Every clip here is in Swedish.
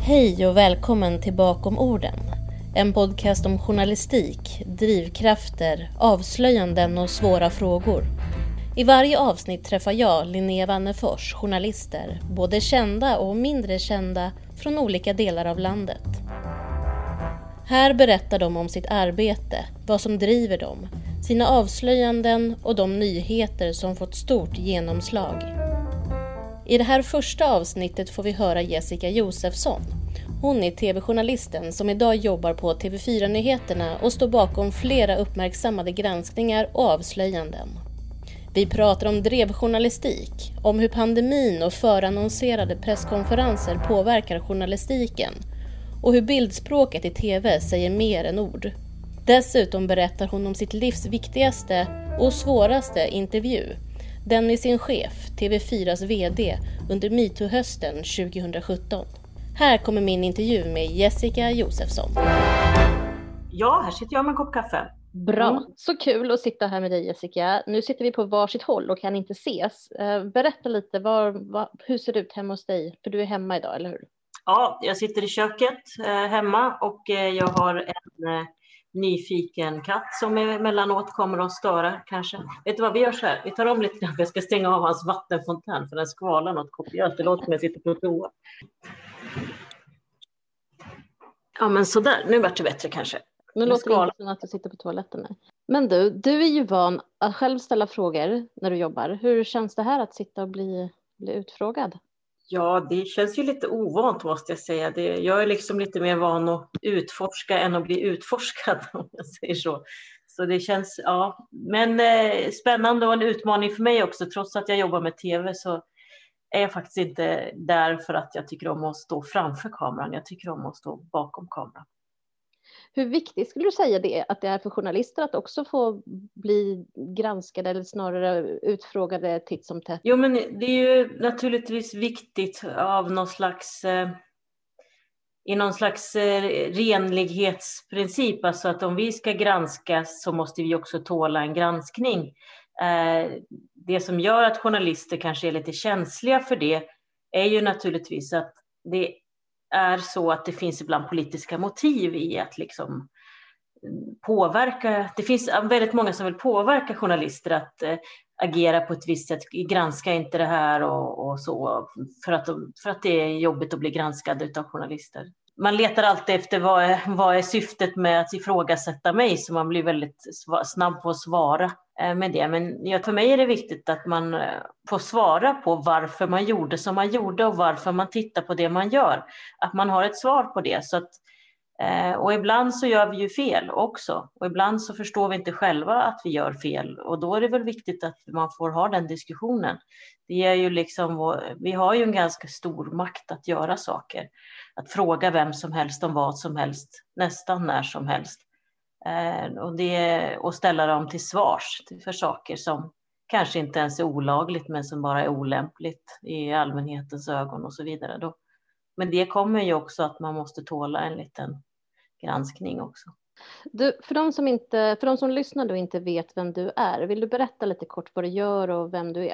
Hej och välkommen till Bakom orden. En podcast om journalistik, drivkrafter, avslöjanden och svåra frågor. I varje avsnitt träffar jag, Linnea Wannefors, journalister, både kända och mindre kända från olika delar av landet. Här berättar de om sitt arbete, vad som driver dem, sina avslöjanden och de nyheter som fått stort genomslag. I det här första avsnittet får vi höra Jessica Josefsson. Hon är tv-journalisten som idag jobbar på TV4-nyheterna och står bakom flera uppmärksammade granskningar och avslöjanden. Vi pratar om drevjournalistik, om hur pandemin och förannonserade presskonferenser påverkar journalistiken och hur bildspråket i tv säger mer än ord. Dessutom berättar hon om sitt livs viktigaste och svåraste intervju, den med sin chef, TV4s vd, under MeToo-hösten 2017. Här kommer min intervju med Jessica Josefsson. Ja, här sitter jag med en kopp kaffe. Bra, så kul att sitta här med dig Jessica. Nu sitter vi på varsitt håll och kan inte ses. Berätta lite, hur ser det ut hemma hos dig? För du är hemma idag, eller hur? Ja, jag sitter i köket hemma och jag har en nyfiken katt som emellanåt kommer att störa kanske. Vet du vad vi gör så här? Vi tar om lite grann för jag ska stänga av hans vattenfontän för den skvalar något kopiöst. Det låter som jag sitter på toa. Ja, men sådär. Nu vart det bättre kanske. Nu låter det inte som att du sitter på toaletten. Men du är ju van att själv ställa frågor när du jobbar. Hur känns det här att sitta och bli utfrågad? Ja, det känns ju lite ovant måste jag säga. Jag är liksom lite mer van att utforska än att bli utforskad om jag säger så. Så det känns, ja. Men spännande och en utmaning för mig också. Trots att jag jobbar med tv så är jag faktiskt inte där för att jag tycker om att stå framför kameran. Jag tycker om att stå bakom kameran. Hur viktigt skulle du säga att det är för journalister att också få bli granskade eller snarare utfrågade titt som tätt? Jo, men det är ju naturligtvis viktigt av någon slags renlighetsprincip. Alltså att om vi ska granskas så måste vi också tåla en granskning. Det som gör att journalister kanske är lite känsliga för det är ju naturligtvis att det är så att det finns ibland politiska motiv i att liksom påverka. Det finns väldigt många som vill påverka journalister att agera på ett visst sätt. Granska inte det här och så för att det är jobbigt att bli granskad av journalister. Man letar alltid efter vad är syftet med att ifrågasätta mig, så man blir väldigt snabb på att svara med det. Men för mig är det viktigt att man får svara på varför man gjorde som man gjorde och varför man tittar på det man gör. Att man har ett svar på det. Så att, och ibland så gör vi ju fel också. Och ibland så förstår vi inte själva att vi gör fel. Och då är det väl viktigt att man får ha den diskussionen. Det är ju liksom, vi har ju en ganska stor makt att göra saker. Att fråga vem som helst om vad som helst, nästan när som helst. Och ställa dem till svars för saker som kanske inte ens är olagligt men som bara är olämpligt i allmänhetens ögon och så vidare. Men det kommer ju också att man måste tåla en liten granskning också. För de som lyssnar och inte vet vem du är, vill du berätta lite kort vad du gör och vem du är?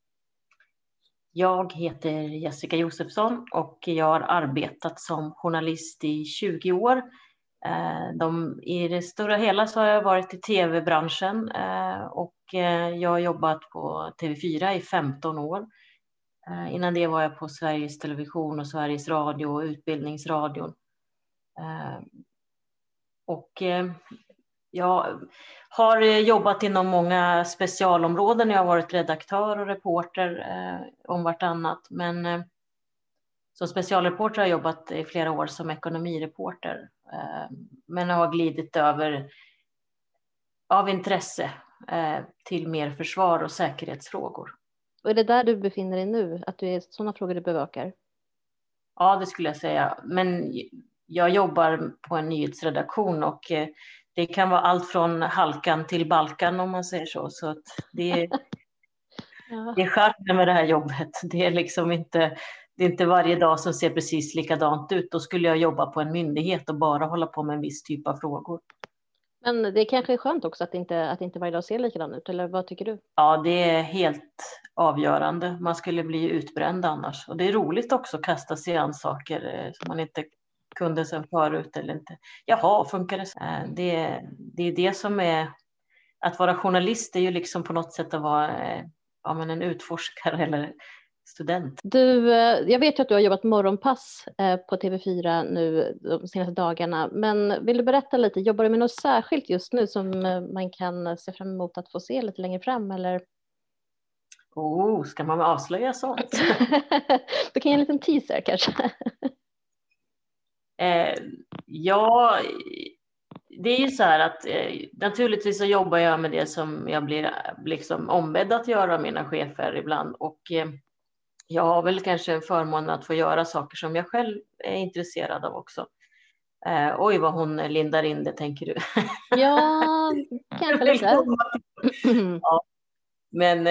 Jag heter Jessica Josefsson och jag har arbetat som journalist i 20 år. I det stora hela så har jag varit i tv-branschen och jag har jobbat på TV4 i 15 år. Innan det var jag på Sveriges Television och Sveriges Radio och Utbildningsradion. Och jag har jobbat inom många specialområden. Jag har varit redaktör och reporter om vartannat. Men som specialreporter har jag jobbat i flera år som ekonomireporter. Men jag har glidit över av intresse till mer försvar och säkerhetsfrågor. Och är det där du befinner dig nu? Att du är sådana frågor du bevakar? Ja, det skulle jag säga. Men jag jobbar på en nyhetsredaktion och det kan vara allt från halkan till Balkan om man säger så. Så att det är charmen med det här jobbet. Det är liksom inte varje dag som ser precis likadant ut. Då skulle jag jobba på en myndighet och bara hålla på med en viss typ av frågor. Men det kanske är skönt också att inte varje dag ser likadan ut, eller vad tycker du? Ja, det är helt avgörande. Man skulle bli utbränd annars. Och det är roligt också att kasta sig an saker som man inte kunde sedan förut eller inte. Jaha, funkar det så? Det är det som är, att vara journalist är ju liksom på något sätt att vara en utforskare eller student. Du, jag vet ju att du har jobbat morgonpass på TV4 nu de senaste dagarna, men vill du berätta lite, jobbar du med något särskilt just nu som man kan se fram emot att få se lite längre fram, eller? Ska man avslöja sånt? Du kan ge en liten teaser kanske. Ja, det är ju så här att naturligtvis så jobbar jag med det som jag blir liksom ombedd att göra av mina chefer ibland, och jag har väl kanske förmånen att få göra saker som jag själv är intresserad av också. Oj, vad hon lindar in det, tänker du? Ja, kanske lite. Ja. Men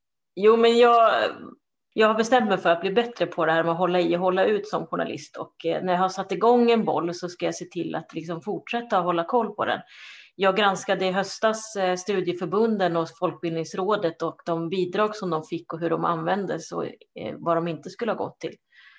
jag har bestämt mig för att bli bättre på det här med att hålla ut som journalist. Och när jag har satt igång en boll så ska jag se till att liksom fortsätta att hålla koll på den. Jag granskade i höstas studieförbunden och Folkbildningsrådet och de bidrag som de fick och hur de användes och vad de inte skulle ha gått till.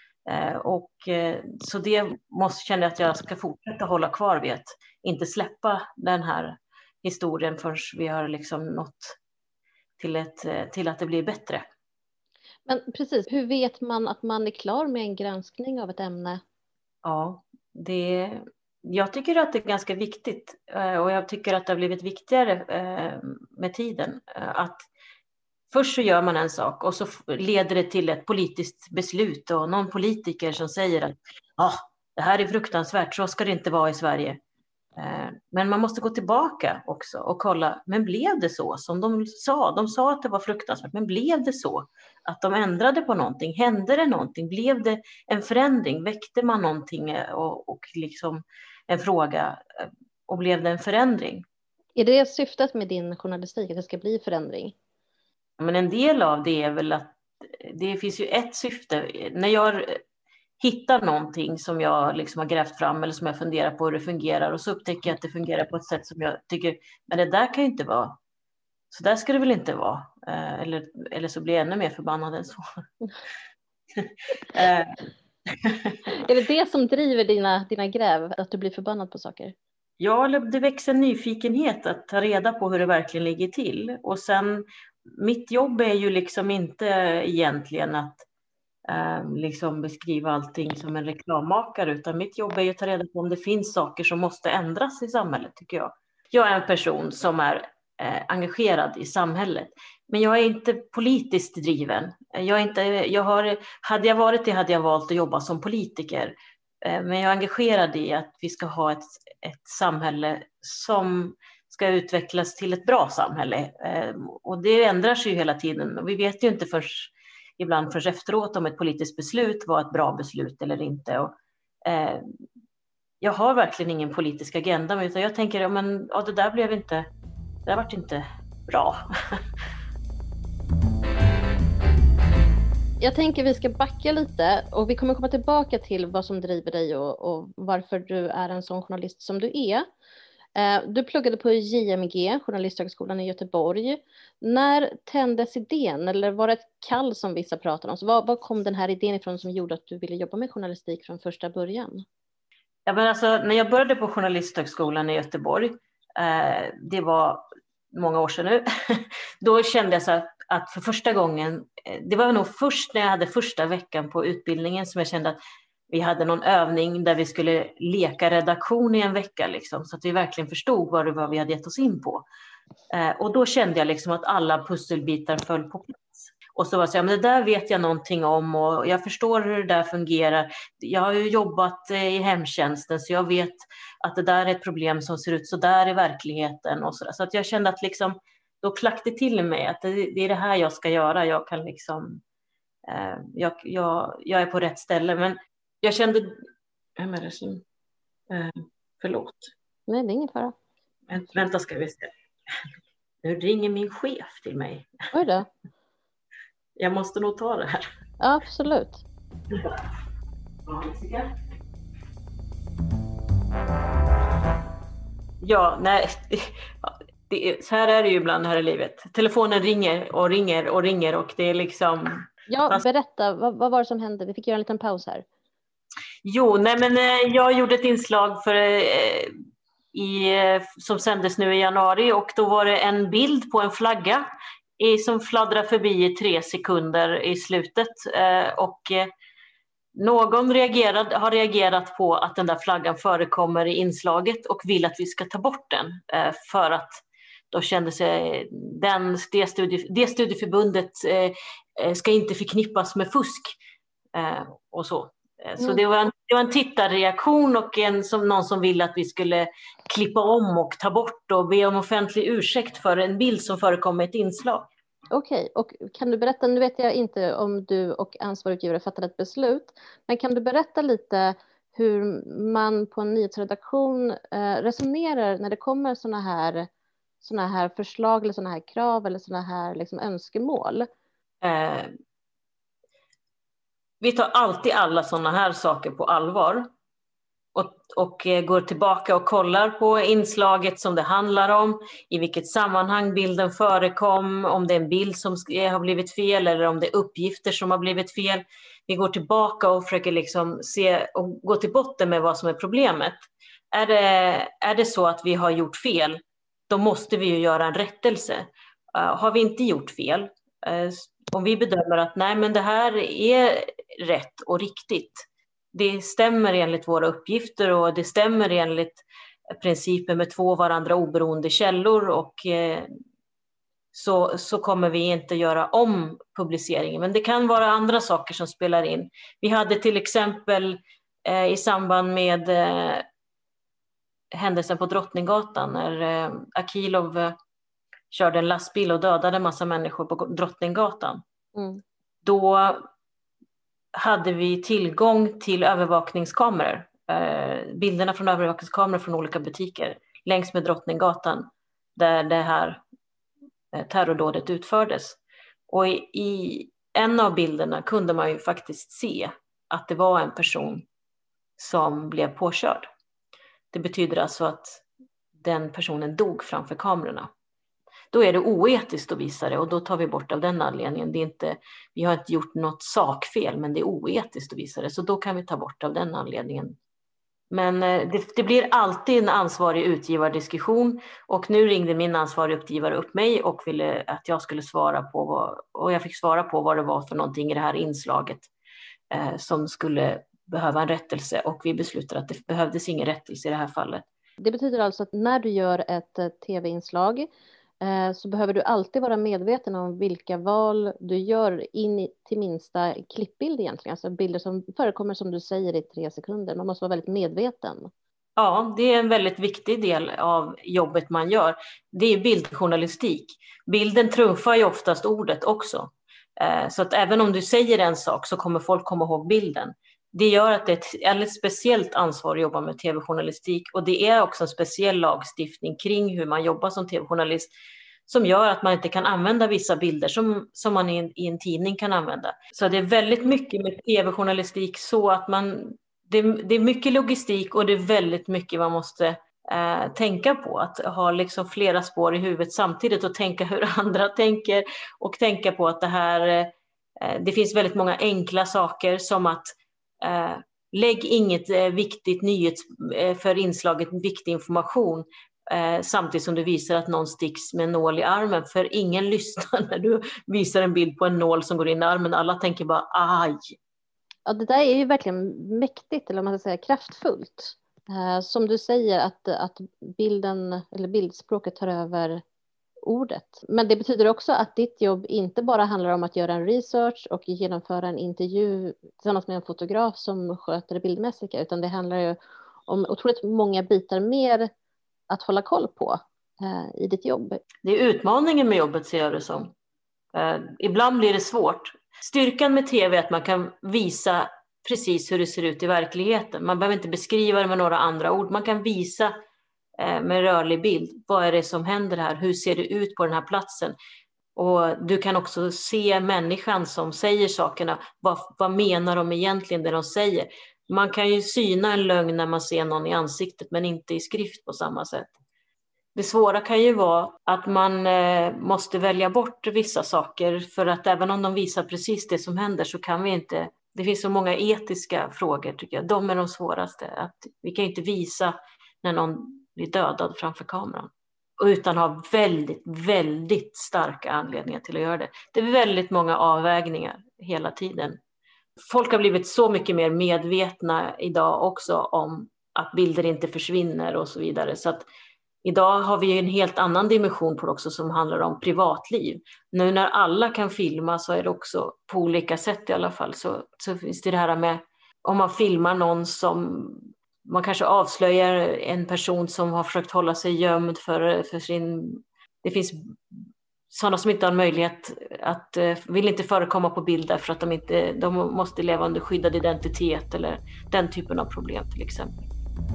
Så det känner jag att jag ska fortsätta hålla kvar vid, att inte släppa den här historien förrän vi har liksom nått till att det blir bättre. Men precis, hur vet man att man är klar med en granskning av ett ämne? Ja, jag tycker att det är ganska viktigt, och jag tycker att det har blivit viktigare med tiden. Att först så gör man en sak och så leder det till ett politiskt beslut och någon politiker som säger att det här är fruktansvärt, så ska det inte vara i Sverige. Men man måste gå tillbaka också och kolla, men blev det så som de sa? De sa att det var fruktansvärt, men blev det så att de ändrade på någonting? Hände det någonting? Blev det en förändring? Väckte man någonting och liksom en fråga, och blev det en förändring? Är det syftet med din journalistik, att det ska bli förändring? Men en del av det är väl att det finns ju ett syfte. När jag hittar någonting som jag liksom har grävt fram eller som jag funderar på hur det fungerar, och så upptäcker jag att det fungerar på ett sätt som jag tycker, men det där kan ju inte vara. Så där ska det väl inte vara. Eller så blir jag ännu mer förbannad än så. Är det som driver dina gräv, att du blir förbannad på saker? Ja, det växer en nyfikenhet att ta reda på hur det verkligen ligger till. Och sen, mitt jobb är ju liksom inte egentligen att liksom beskriva allting som en reklammakare, utan mitt jobb är ju att ta reda på om det finns saker som måste ändras i samhället, tycker jag. Jag är en person som är engagerad i samhället, men jag är inte politiskt driven. Hade jag varit det hade jag valt att jobba som politiker, men jag är engagerad i att vi ska ha ett samhälle som ska utvecklas till ett bra samhälle, och det ändrar sig ju hela tiden. Vi vet ju inte ibland först efteråt om ett politiskt beslut var ett bra beslut eller inte. Och, jag har verkligen ingen politisk agenda, utan jag tänker det där vart inte bra. Jag tänker vi ska backa lite, och vi kommer komma tillbaka till vad som driver dig och varför du är en sån journalist som du är. Du pluggade på JMG, Journalisthögskolan i Göteborg. När tändes idén, eller var det ett kall som vissa pratar om? Så var kom den här idén ifrån som gjorde att du ville jobba med journalistik från första början? Ja, men alltså, när jag började på Journalisthögskolan i Göteborg, det var många år sedan nu, då kände jag så att för första gången, det var nog först när jag hade första veckan på utbildningen som jag kände att vi hade någon övning där vi skulle leka redaktion i en vecka, liksom, så att vi verkligen förstod vad det var vi hade gett oss in på. Och då kände jag liksom att alla pusselbitar föll på plats. Och så var det så, men det där vet jag någonting om och jag förstår hur det där fungerar. Jag har ju jobbat i hemtjänsten, så jag vet att det där är ett problem som ser ut så där i verkligheten. Och så att jag kände att liksom, då klackade det till mig att det är det här jag ska göra. Jag kan liksom, jag är på rätt ställe. Men jag kände, förlåt. Nej, det är ingen fara. Vänta, ska vi se. Nu ringer min chef till mig. Oj då. Jag måste nog ta det här. Absolut. Ja, nej. Så här är det ju ibland här i livet. Telefonen ringer och ringer och ringer och det är liksom... Ja, berätta, vad var det som hände? Vi fick göra en liten paus här. Jo, nej men jag gjorde ett inslag som sändes nu i januari och då var det en bild på en flagga som fladdrar förbi i 3 sekunder i slutet. Någon har reagerat på att den där flaggan förekommer i inslaget och vill att vi ska ta bort den för att då kände sig det studieförbundet ska inte förknippas med fusk och så. Så det var en tittarreaktion och någon som ville att vi skulle klippa om och ta bort och be om offentlig ursäkt för en bild som förekom i ett inslag. Okej, och kan du berätta, nu vet jag inte om du och ansvarig utgivare fattade ett beslut, men kan du berätta lite hur man på en nyhetsredaktion resonerar när det kommer såna här förslag eller såna här krav eller såna här liksom önskemål? Vi tar alltid alla såna här saker på allvar och går tillbaka och kollar på inslaget som det handlar om, i vilket sammanhang bilden förekom, om det är en bild som har blivit fel eller om det är uppgifter som har blivit fel. Vi går tillbaka och försöker liksom se och gå till botten med vad som är problemet. Är det så att vi har gjort fel, då måste vi ju göra en rättelse. Har vi inte gjort fel, om vi bedömer att nej men det här är rätt och riktigt, det stämmer enligt våra uppgifter och det stämmer enligt principen med 2 varandra oberoende källor och så kommer vi inte göra om publiceringen. Men det kan vara andra saker som spelar in. Vi hade till exempel i samband med händelsen på Drottninggatan när Akilov körde en lastbil och dödade en massa människor på Drottninggatan. Då hade vi tillgång till övervakningskameror, bilderna från övervakningskameror från olika butiker längs med Drottninggatan där det här terrordådet utfördes. Och i en av bilderna kunde man ju faktiskt se att det var en person som blev påkörd. Det betyder alltså att den personen dog framför kamerorna. Då är det oetiskt att visa det och då tar vi bort av den anledningen. Vi har inte gjort något sakfel, men det är oetiskt att visa det, så då kan vi ta bort av den anledningen. Men det blir alltid en ansvarig utgivardiskussion och nu ringde min ansvarig utgivare upp mig och ville att jag skulle svara på och jag fick svara på vad det var för någonting i det här inslaget som skulle behöva en rättelse och vi beslutade att det behövdes ingen rättelse i det här fallet. Det betyder alltså att när du gör ett tv-inslag så behöver du alltid vara medveten om vilka val du gör in till minsta klippbild egentligen. Alltså bilder som förekommer som du säger i 3 sekunder. Man måste vara väldigt medveten. Ja, det är en väldigt viktig del av jobbet man gör. Det är bildjournalistik. Bilden trumfar ju oftast ordet också. Så att även om du säger en sak så kommer folk komma ihåg bilden. Det gör att det är ett väldigt speciellt ansvar att jobba med tv-journalistik och det är också en speciell lagstiftning kring hur man jobbar som tv-journalist som gör att man inte kan använda vissa bilder som man i en tidning kan använda. Så det är väldigt mycket med tv-journalistik så att det är mycket logistik och det är väldigt mycket man måste tänka på. Att ha liksom flera spår i huvudet samtidigt och tänka hur andra tänker och tänka på att det finns väldigt många enkla saker som att lägg inget viktigt för inslaget viktig information samtidigt som du visar att någon sticks med en nål i armen, för ingen lyssnar när du visar en bild på en nål som går in i armen. Alla tänker bara aj. Ja, det där är ju verkligen mäktigt, eller man ska säga kraftfullt. Som du säger att bilden eller bildspråket tar över ordet. Men det betyder också att ditt jobb inte bara handlar om att göra en research och genomföra en intervju tillsammans med en fotograf som sköter det bildmässiga, utan det handlar ju om otroligt många bitar mer att hålla koll på i ditt jobb. Det är utmaningen med jobbet, ser jag det som. Ibland blir det svårt. Styrkan med tv är att man kan visa precis hur det ser ut i verkligheten. Man behöver inte beskriva det med några andra ord. Man kan visa med rörlig bild. Vad är det som händer här? Hur ser det ut på den här platsen? Och du kan också se människan som säger sakerna. Vad menar de egentligen det de säger? Man kan ju syna en lögn när man ser någon i ansiktet men inte i skrift på samma sätt. Det svåra kan ju vara att man måste välja bort vissa saker, för att även om de visar precis det som händer så kan vi inte. Det finns så många etiska frågor tycker jag. De är de svåraste. Att vi kan inte visa när någon blir dödad framför kameran. Utan ha väldigt, väldigt starka anledningar till att göra det. Det är väldigt många avvägningar hela tiden. Folk har blivit så mycket mer medvetna idag också om att bilder inte försvinner och så vidare. Så att idag har vi en helt annan dimension på det också som handlar om privatliv. Nu när alla kan filma så är det också på olika sätt i alla fall. Så finns det här med om man filmar någon som man kanske avslöjar en person som har försökt hålla sig gömd för sin. Det finns sådana som inte har möjlighet att vill inte förekomma på bilder för att de måste leva under skyddad identitet eller den typen av problem till exempel.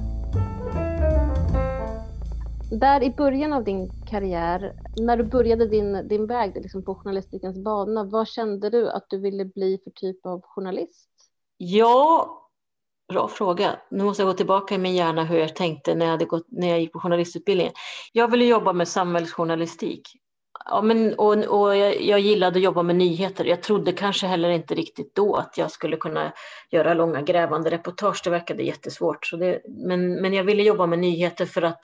Där i början av din karriär, när du började din väg liksom på journalistikens bana, vad kände du att du ville bli för typ av journalist? Ja, bra fråga. Nu måste jag gå tillbaka i min hjärna hur jag tänkte när jag gick på journalistutbildningen. Jag ville jobba med samhällsjournalistik. Ja, och jag gillade att jobba med nyheter. Jag trodde kanske heller inte riktigt då att jag skulle kunna göra långa grävande reportage. Det verkade jättesvårt. Men jag ville jobba med nyheter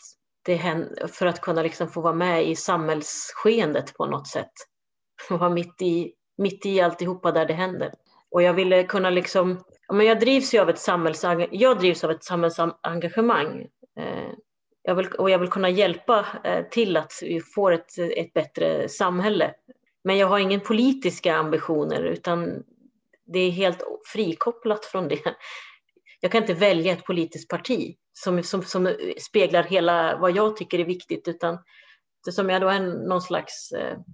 för att kunna liksom få vara med i samhällsskenet på något sätt. Vara mitt i alltihopa där det händer. Och jag ville kunna liksom. Men jag drivs av ett samhällsengagemang. Jag vill kunna hjälpa till att vi får ett bättre samhälle. Men jag har ingen politiska ambitioner utan det är helt frikopplat från det. Jag kan inte välja ett politiskt parti som speglar hela vad jag tycker är viktigt, utan som jag då är någon slags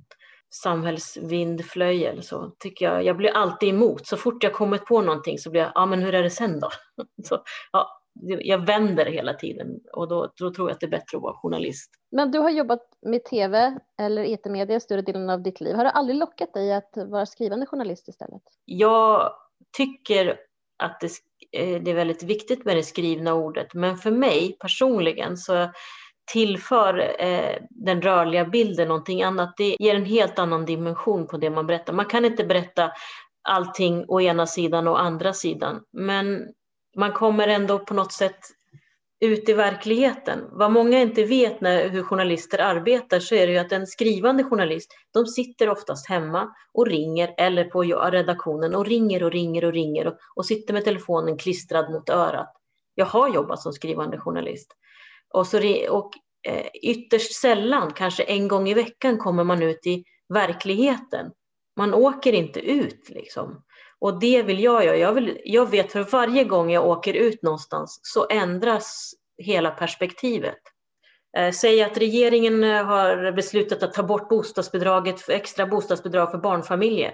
samhällsvindflöjel så tycker jag blir alltid emot. Så fort jag kommit på någonting så blir jag, men hur är det sen då? Så, jag vänder hela tiden och då tror jag att det är bättre att vara journalist. Men du har jobbat med tv eller etermedia större delen av ditt liv. Har det aldrig lockat dig att vara skrivande journalist istället? Jag tycker att det är väldigt viktigt med det skrivna ordet, men för mig personligen så tillför den rörliga bilden någonting annat. Det ger en helt annan dimension på det man berättar. Man kan inte berätta allting å ena sidan och andra sidan, men man kommer ändå på något sätt ut i verkligheten. Vad många inte vet hur journalister arbetar så är det ju att en skrivande journalist, de sitter oftast hemma och ringer eller på redaktionen och ringer och sitter med telefonen klistrad mot örat. Jag har jobbat som skrivande journalist. Och ytterst sällan, kanske en gång i veckan, kommer man ut i verkligheten. Man åker inte ut liksom. Och det vill jag göra. Jag vet för varje gång jag åker ut någonstans så ändras hela perspektivet. Säg att regeringen har beslutat att ta bort extra bostadsbidrag för barnfamiljer.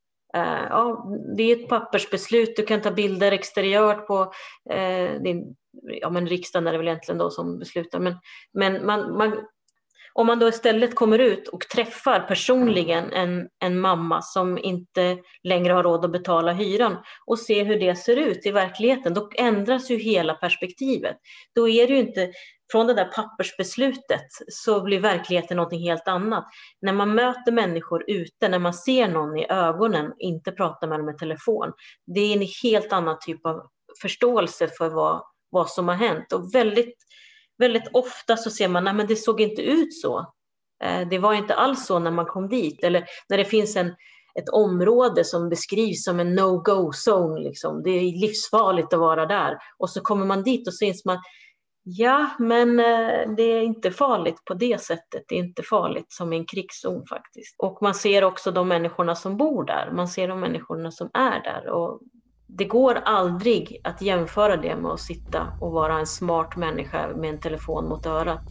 Det är ett pappersbeslut. Du kan ta bilder exteriört på men riksdagen är det väl egentligen då som beslutar. Men om man då istället kommer ut och träffar personligen en mamma som inte längre har råd att betala hyran och ser hur det ser ut i verkligheten, då ändras ju hela perspektivet. Då är det ju inte från det där pappersbeslutet så blir verkligheten någonting helt annat. När man möter människor ute, när man ser någon i ögonen, inte pratar med dem i telefon, det är en helt annan typ av förståelse för vad som har hänt. Och väldigt, väldigt ofta så ser man, nej men det såg inte ut så. Det var inte alls så när man kom dit. Eller när det finns ett område som beskrivs som en no-go-zone. Liksom. Det är livsfarligt att vara där. Och så kommer man dit och så inser man, ja men det är inte farligt på det sättet. Det är inte farligt som en krigszon faktiskt. Och man ser också de människorna som bor där. Man ser de människorna som är där. Och det går aldrig att jämföra det med att sitta och vara en smart människa med en telefon mot örat.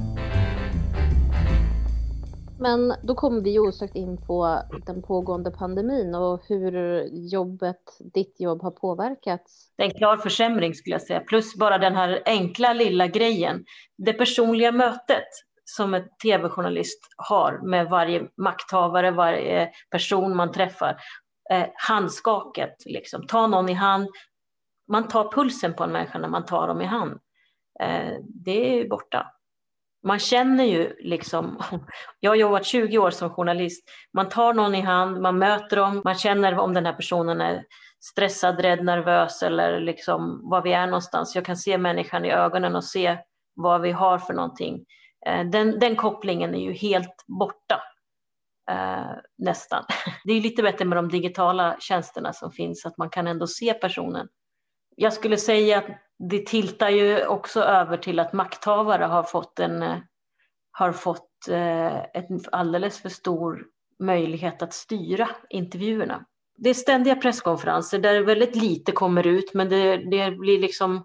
Men då kommer vi osökt in på den pågående pandemin och hur ditt jobb har påverkats. Det är en klar försämring skulle jag säga. Plus bara den här enkla lilla grejen. Det personliga mötet som en tv-journalist har med varje makthavare, varje person man träffar. Handskaket, liksom. Ta någon i hand. Man tar pulsen på en människa när man tar dem i hand. Det är borta. Man känner ju liksom, jag har jobbat 20 år som journalist, man tar någon i hand, man möter dem, man känner om den här personen är stressad, rädd, nervös eller liksom var vi är någonstans. Jag kan se människan i ögonen och se vad vi har för någonting. Den kopplingen är ju helt borta. Nästan. Det är lite bättre med de digitala tjänsterna som finns, att man kan ändå se personen. Jag skulle säga att det tiltar ju också över till att makthavare har fått en alldeles för stor möjlighet att styra intervjuerna. Det är ständiga presskonferenser där väldigt lite kommer ut, men det blir liksom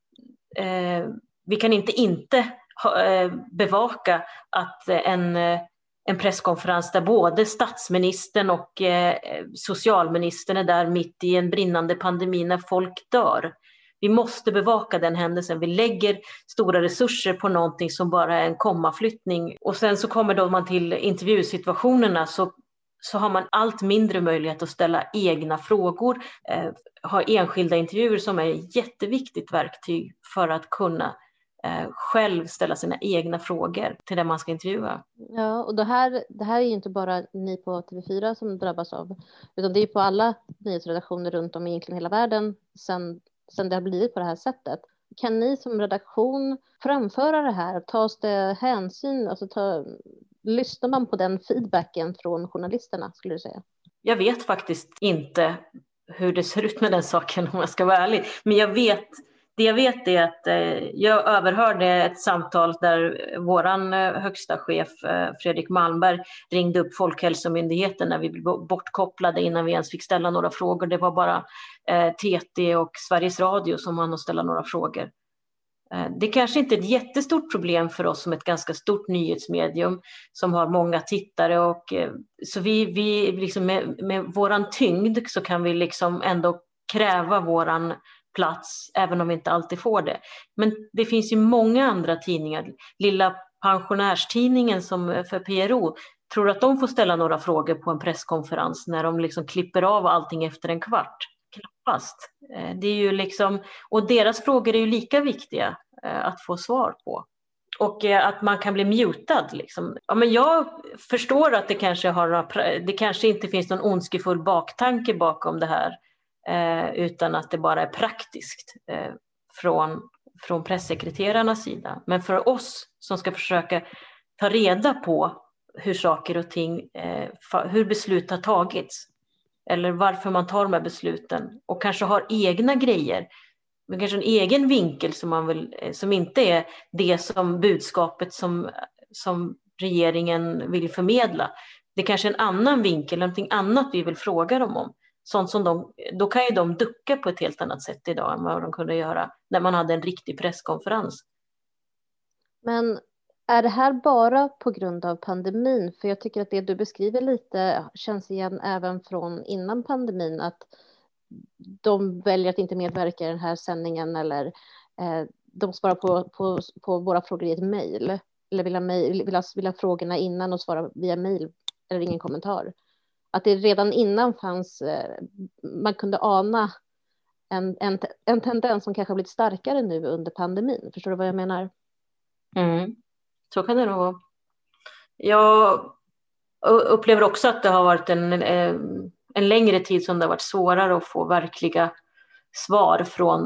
vi kan inte bevaka att en presskonferens där både statsministern och socialministern är där mitt i en brinnande pandemi när folk dör. Vi måste bevaka den händelsen. Vi lägger stora resurser på någonting som bara är en kommaflyttning. Och sen så kommer då man till intervjusituationerna, så har man allt mindre möjlighet att ställa egna frågor. Ha enskilda intervjuer som är ett jätteviktigt verktyg för att kunna själv ställa sina egna frågor till den man ska intervjua. Ja, och det här är ju inte bara ni på TV4 som drabbas av, utan det är på alla nyhetsredaktioner runt om egentligen hela världen sen det har blivit på det här sättet. Kan ni som redaktion framföra det här? Tas det hänsyn? Alltså lyssnar man på den feedbacken från journalisterna, skulle du säga? Jag vet faktiskt inte hur det ser ut med den saken, om jag ska vara ärlig. Men jag vet är att jag överhörde ett samtal där våran högsta chef Fredrik Malmberg ringde upp Folkhälsomyndigheten när vi blev bortkopplade innan vi ens fick ställa några frågor. Det var bara TT och Sveriges Radio som hann att ställa några frågor. Det kanske inte är ett jättestort problem för oss som ett ganska stort nyhetsmedium som har många tittare, och så vi liksom med våran tyngd så kan vi liksom ändå kräva våran plats, även om vi inte alltid får det. Men det finns ju många andra tidningar. Lilla pensionärstidningen som för PRO, tror att de får ställa några frågor på en presskonferens när de liksom klipper av allting efter en kvart? Knappast. Det är ju liksom, och deras frågor är ju lika viktiga att få svar på. Och att man kan bli mutad. Liksom. Ja, men jag förstår att det kanske inte finns någon ondskefull baktanke bakom det här. Utan att det bara är praktiskt från pressekreterarnas sida. Men för oss som ska försöka ta reda på hur saker och ting, hur beslut har tagits eller varför man tar de här besluten och kanske har egna grejer, men kanske en egen vinkel som inte är det som budskapet som regeringen vill förmedla. Det är kanske en annan vinkel, någonting annat vi vill fråga dem om. Sånt som då kan ju de ducka på ett helt annat sätt idag än vad de kunde göra när man hade en riktig presskonferens. Men är det här bara på grund av pandemin? För jag tycker att det du beskriver lite känns igen även från innan pandemin, att de väljer att inte medverka i den här sändningen eller de svarar på våra frågor i ett mejl eller vill ha frågorna innan och svara via mejl eller ingen kommentar. Att det redan innan fanns, man kunde ana en tendens som kanske har blivit starkare nu under pandemin. Förstår du vad jag menar? Så kan det nog vara. Jag upplever också att det har varit en längre tid som det har varit svårare att få verkliga svar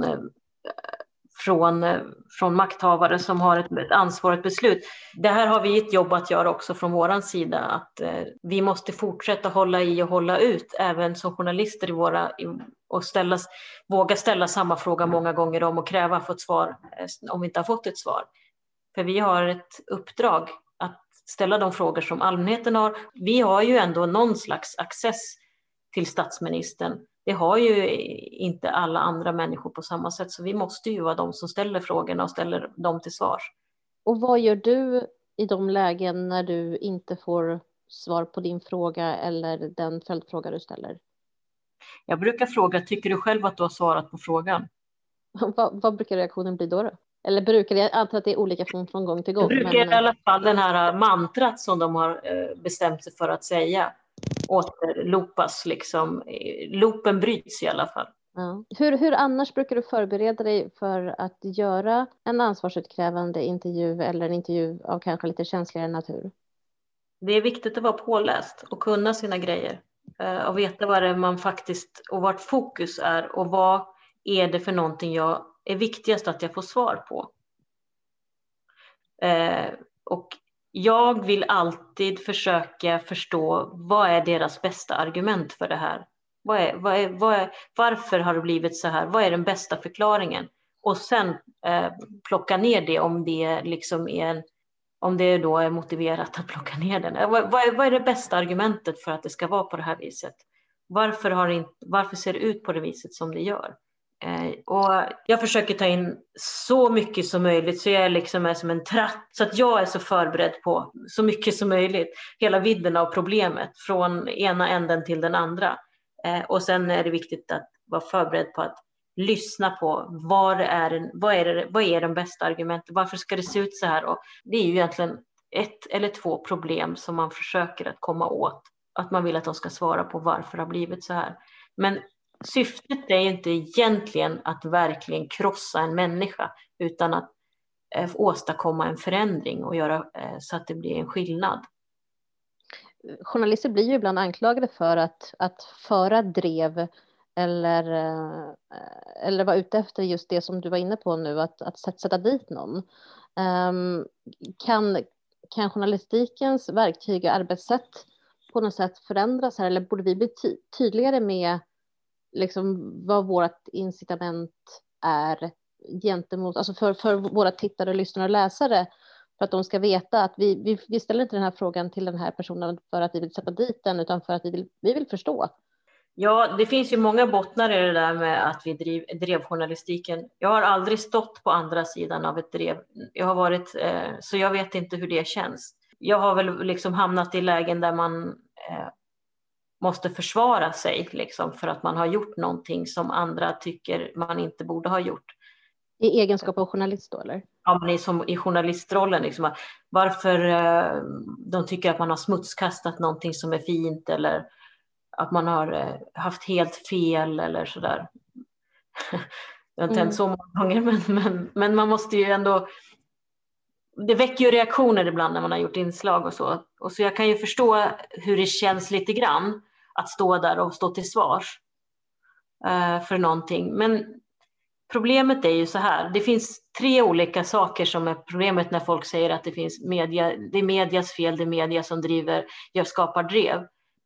från makthavare som har ett ansvar, ett beslut. Det här har vi ett jobb att göra också från våran sida, att vi måste fortsätta hålla i och hålla ut även som journalister och våga ställa samma fråga många gånger om och kräva att få ett svar om vi inte har fått ett svar. För vi har ett uppdrag att ställa de frågor som allmänheten har. Vi har ju ändå någon slags access till statsministern. Det har ju inte alla andra människor på samma sätt, så vi måste ju vara de som ställer frågorna och ställer dem till svars. Och vad gör du i de lägen när du inte får svar på din fråga eller den följdfråga du ställer? Jag brukar fråga, tycker du själv att du har svarat på frågan? Vad brukar reaktionen bli då? Eller brukar jag anta att det är olika från gång till gång? Det brukar i alla fall den här mantrat som de har bestämt sig för att säga återlopas liksom. Loopen bryts i alla fall. Ja. Hur annars brukar du förbereda dig för att göra en ansvarsutkrävande intervju eller en intervju av kanske lite känsligare natur? Det är viktigt att vara påläst och kunna sina grejer. Och veta vad det är man faktiskt, och vart fokus är och vad är det för någonting jag är viktigast att jag får svar på. Och jag vill alltid försöka förstå vad är deras bästa argument för det här. Varför har det blivit så här? Vad är den bästa förklaringen? Och sen plocka ner det om det liksom är om det då är motiverat att plocka ner den. Vad är det bästa argumentet för att det ska vara på det här viset? Varför ser det ut på det viset som det gör? Och jag försöker ta in så mycket som möjligt så jag liksom är som en tratt. Så att jag är så förberedd på så mycket som möjligt. Hela vidden av problemet från ena änden till den andra. Och sen är det viktigt att vara förberedd på att lyssna på vad är de bästa argumenten, varför ska det se ut så här? Och det är ju egentligen 1 eller 2 problem som man försöker att komma åt. Att man vill att de ska svara på varför det har blivit så här. Men syftet är inte egentligen att verkligen krossa en människa utan att åstadkomma en förändring och göra så att det blir en skillnad. Journalister blir ju ibland anklagade för att föra drev eller vara ute efter just det som du var inne på nu, att sätta dit någon. Kan journalistikens verktyg och arbetssätt på något sätt förändras här, eller borde vi bli tydligare med liksom vad vårt incitament är gentemot, alltså för våra tittare, lyssnare och läsare, för att de ska veta att vi ställer inte den här frågan till den här personen för att vi vill sätta dit den, utan för att vi vill förstå. Ja, det finns ju många bottnar i det där med att vi drev journalistiken. Jag har aldrig stått på andra sidan av ett drev. Jag har varit, så jag vet inte hur det känns. Jag har väl liksom hamnat i lägen där man måste försvara sig liksom, för att man har gjort någonting som andra tycker man inte borde ha gjort. I egenskap av journalist då, eller? Ja, men i journalistrollen. Liksom, varför de tycker att man har smutskastat någonting som är fint eller att man har haft helt fel eller sådär. Det har inte hänt så många gånger, men man måste ju ändå... Det väcker ju reaktioner ibland när man har gjort inslag och så. Och så jag kan ju förstå hur det känns lite grann att stå där och stå till svars för någonting. Men problemet är ju så här. Det finns 3 olika saker som är problemet när folk säger att det finns det är medias fel, det är media som skapar drev.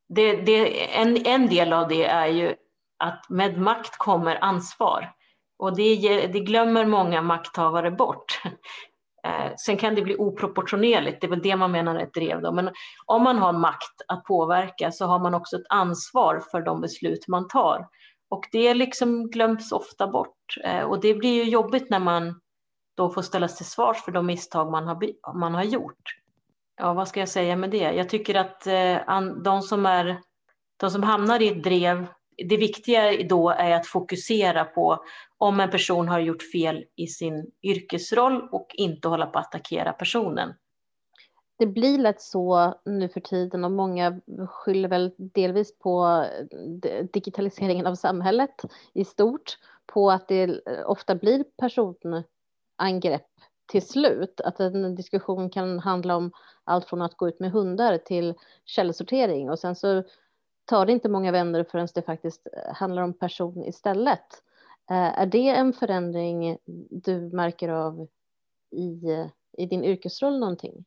En del av det är ju att med makt kommer ansvar. Och det glömmer många makthavare bort. Sen kan det bli oproportionerligt, det är väl det man menar ett drev då. Men om man har makt att påverka så har man också ett ansvar för de beslut man tar. Och det liksom glöms ofta bort. Och det blir ju jobbigt när man då får ställas till svars för de misstag man har gjort. Ja, vad ska jag säga med det? Jag tycker att de som hamnar i ett drev, det viktiga då är att fokusera på om en person har gjort fel i sin yrkesroll och inte hålla på att attackera personen. Det blir lätt så nu för tiden och många skyller väl delvis på digitaliseringen av samhället i stort på att det ofta blir personangrepp till slut. Att en diskussion kan handla om allt från att gå ut med hundar till källsortering och sen så tar det inte många vändor förrän det faktiskt handlar om person istället. Är det en förändring du märker av i din yrkesroll någonting?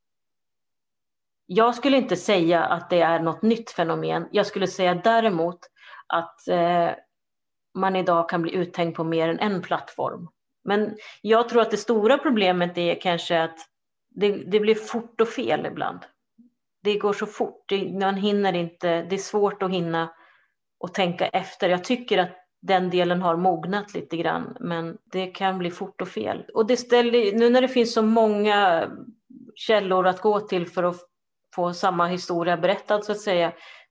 Jag skulle inte säga att det är något nytt fenomen. Jag skulle säga däremot att man idag kan bli uthängd på mer än en plattform. Men jag tror att det stora problemet är kanske att det blir fort och fel ibland. Det går så fort, man hinner inte, det är svårt att hinna och tänka efter. Jag tycker att den delen har mognat lite grann, men det kan bli fort och fel. Och nu när det finns så många källor att gå till för att få samma historia berättad så att säga,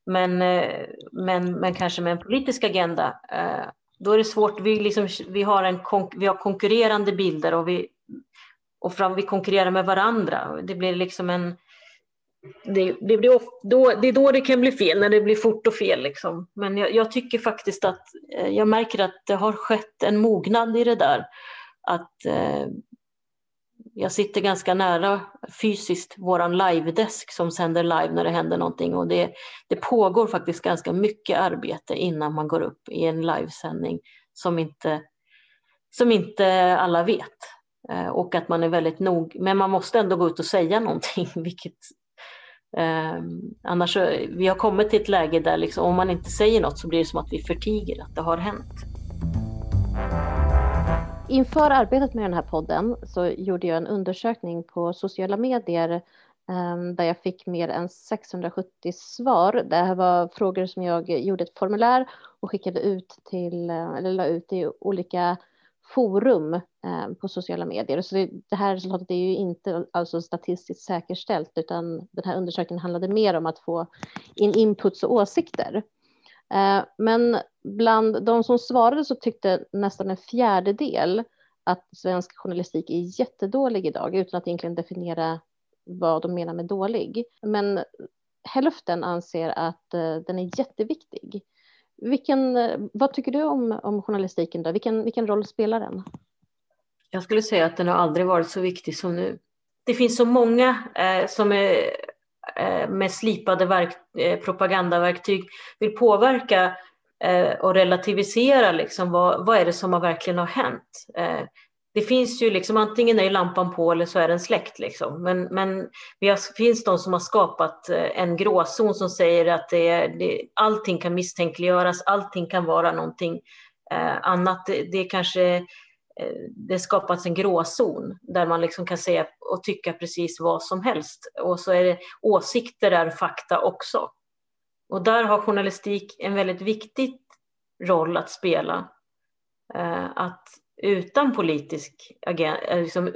men kanske med en politisk agenda, då är det svårt. Vi har konkurrerande bilder och vi konkurrerar med varandra. Det blir liksom det är då det kan bli fel, när det blir fort och fel. Liksom. Men jag tycker faktiskt att jag märker att det har skett en mognad i det där. Att jag sitter ganska nära fysiskt våran live-desk som sänder live när det händer någonting. Och det pågår faktiskt ganska mycket arbete innan man går upp i en livesändning som inte alla vet. Och att man är väldigt nog, men man måste ändå gå ut och säga någonting, vilket annars vi har kommit till ett läge där liksom, om man inte säger något så blir det som att vi förtiger att det har hänt. Inför arbetet med den här podden så gjorde jag en undersökning på sociala medier där jag fick mer än 670 svar. Det här var frågor som jag gjorde ett formulär och skickade ut eller la ut i olika forum på sociala medier. Så det här resultatet är ju inte alltså statistiskt säkerställt, utan den här undersökningen handlade mer om att få in inputs och åsikter. Men bland de som svarade så tyckte nästan en fjärdedel att svensk journalistik är jättedålig idag, utan att egentligen definiera vad de menar med dålig. Men hälften anser att den är jätteviktig. Vad tycker du om journalistiken då? Vilken roll spelar den? Jag skulle säga att den har aldrig varit så viktig som nu. Det finns så många som är med slipade propagandaverktyg vill påverka och relativisera liksom, vad är det som verkligen har hänt. Det finns ju liksom, antingen är lampan på eller så är den släckt liksom. Men finns de som har skapat en gråzon som säger att allting kan misstänkliggöras, allting kan vara någonting annat. Det kanske det skapats en gråzon där man liksom kan säga och tycka precis vad som helst. Och så är det åsikter där, fakta också. Och där har journalistik en väldigt viktig roll att spela. Att utan politisk agenda, liksom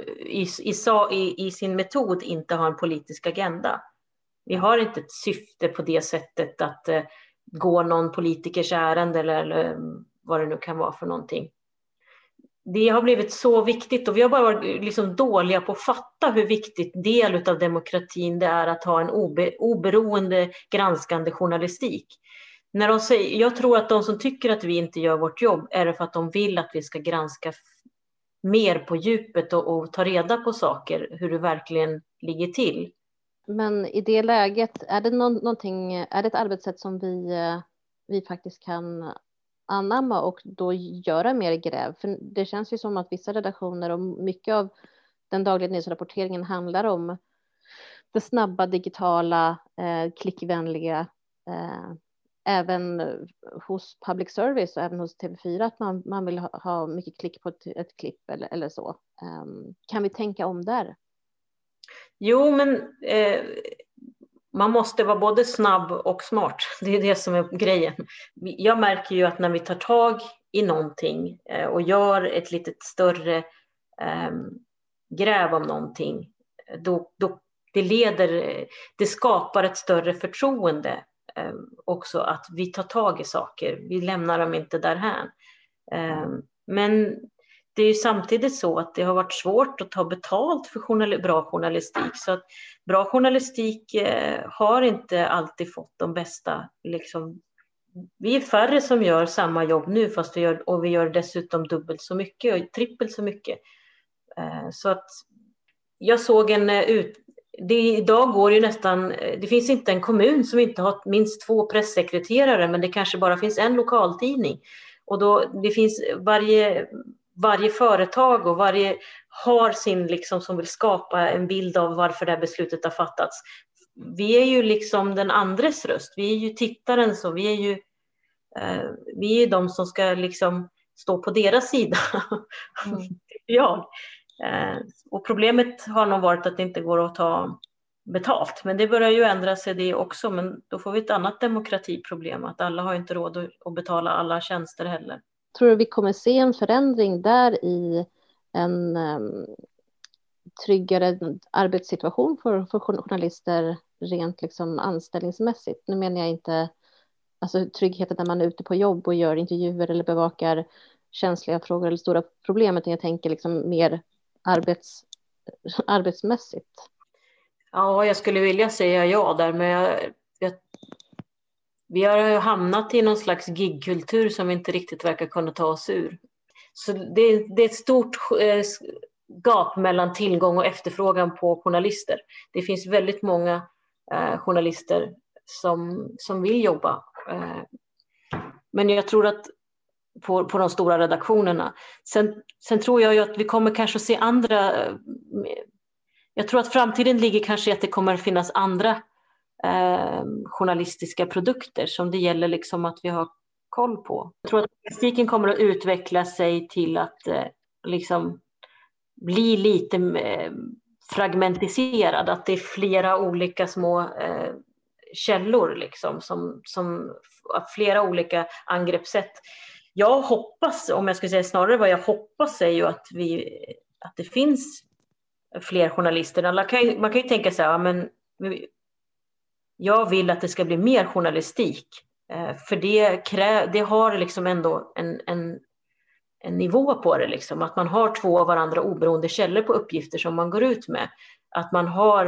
i sin metod inte ha en politisk agenda. Vi har inte ett syfte på det sättet att gå någon politikers ärende eller vad det nu kan vara för någonting. Det har blivit så viktigt och vi har bara varit liksom dåliga på att fatta hur viktigt del av demokratin det är att ha en oberoende granskande journalistik. Jag tror att de som tycker att vi inte gör vårt jobb är det för att de vill att vi ska granska mer på djupet och ta reda på saker, hur det verkligen ligger till. Men i det läget, är det ett arbetssätt som vi faktiskt kan anamma och då göra mer gräv? För det känns ju som att vissa redaktioner och mycket av den dagliga nyhetsrapporteringen handlar om det snabba, digitala, klickvänliga, även hos public service och även hos TV4 att man vill ha mycket klick på ett klipp eller så. Kan vi tänka om där? Jo, men man måste vara både snabb och smart. Det är det som är grejen. Jag märker ju att när vi tar tag i någonting och gör ett lite större gräv om någonting, då det skapar ett större förtroende också att vi tar tag i saker. Vi lämnar dem inte därhän. Men det är ju samtidigt så att det har varit svårt att ta betalt för bra journalistik. Så att bra journalistik har inte alltid fått de bästa. Liksom. Vi är färre som gör samma jobb nu fast vi gör dessutom dubbelt så mycket och trippelt så mycket. Så att jag såg idag går ju nästan, det finns inte en kommun som inte har minst 2 pressekreterare, men det kanske bara finns en lokaltidning. Och då det finns varje företag och varje har sin liksom som vill skapa en bild av varför det här beslutet har fattats. Vi är ju liksom den andres röst. Vi är ju tittaren, så vi är de som ska liksom stå på deras sida. Jag. Och problemet har nog varit att det inte går att ta betalt. Men det börjar ju ändra sig det också. Men då får vi ett annat demokratiproblem. Att alla har inte råd att betala alla tjänster heller. Tror du vi kommer se en förändring där i en tryggare arbetssituation för journalister rent liksom anställningsmässigt? Nu menar jag inte alltså tryggheten när man är ute på jobb och gör intervjuer eller bevakar känsliga frågor eller stora problem, utan jag tänker liksom mer arbetsmässigt. Ja, jag skulle vilja säga ja där, men vi har ju hamnat i någon slags gigkultur som vi inte riktigt verkar kunna ta oss ur. Så det är ett stort gap mellan tillgång och efterfrågan på journalister. Det finns väldigt många journalister som vill jobba. Men jag tror att på de stora redaktionerna. Sen tror jag ju att vi kommer kanske se andra. Jag tror att framtiden ligger kanske i att det kommer att finnas andra journalistiska produkter som det gäller liksom att vi har koll på. Jag tror att journalistiken kommer att utveckla sig till att liksom bli lite fragmentiserad, att det är flera olika små källor liksom, som flera olika angreppssätt. Jag hoppas, om jag ska säga snarare vad jag hoppas, är ju att det finns fler journalister. Man kan ju tänka sig, ja, men jag vill att det ska bli mer journalistik, för det har liksom ändå en nivå på det, liksom. Att man har två av varandra oberoende källor på uppgifter som man går ut med. Att man har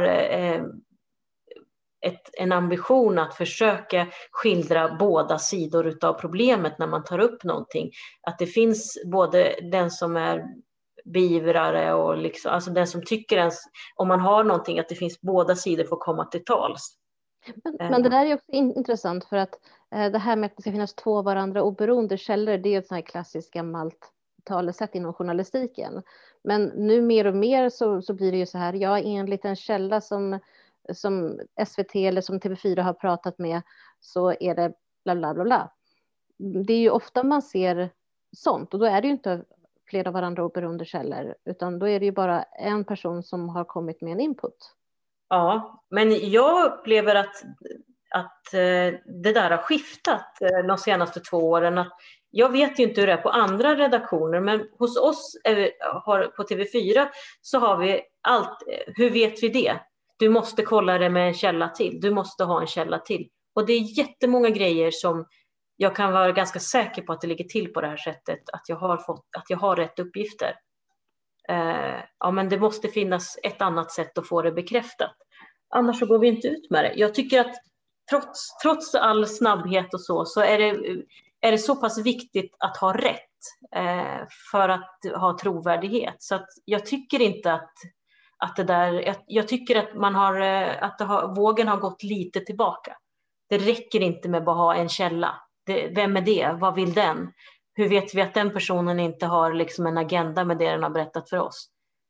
en ambition att försöka skildra båda sidor av problemet när man tar upp någonting. Att det finns både den som är beivrare och liksom, alltså den som tycker om man har någonting, att det finns båda sidor för att komma till tals. Men det där är också intressant, för att det här med att det ska finnas två varandra oberoende källor, det är ett sånt här klassiskt gammalt talesätt inom journalistiken. Men nu mer och mer så blir det ju så här, ja, enligt en källa som SVT eller som TV4 har pratat med, så är det bla bla bla bla. Det är ju ofta man ser sånt, och då är det ju inte flera varandra oberoende källor, utan då är det ju bara en person som har kommit med en input. Ja, men jag upplever att det där har skiftat de senaste 2 åren. Att jag vet ju inte hur det är på andra redaktioner, men hos oss på TV4 så har vi allt. Hur vet vi det? Du måste kolla det med en källa till. Du måste ha en källa till. Och det är jättemånga grejer som jag kan vara ganska säker på att det ligger till på det här sättet. Att jag har rätt uppgifter. Ja, men det måste finnas ett annat sätt att få det bekräftat. Annars så går vi inte ut med det. Jag tycker att trots all snabbhet och så är det så pass viktigt att ha rätt för att ha trovärdighet. Så att jag tycker inte att det där, jag tycker att vågen har gått lite tillbaka. Det räcker inte med bara ha en källa. Vem är det? Vad vill den? Hur vet vi att den personen inte har liksom en agenda med det den har berättat för oss?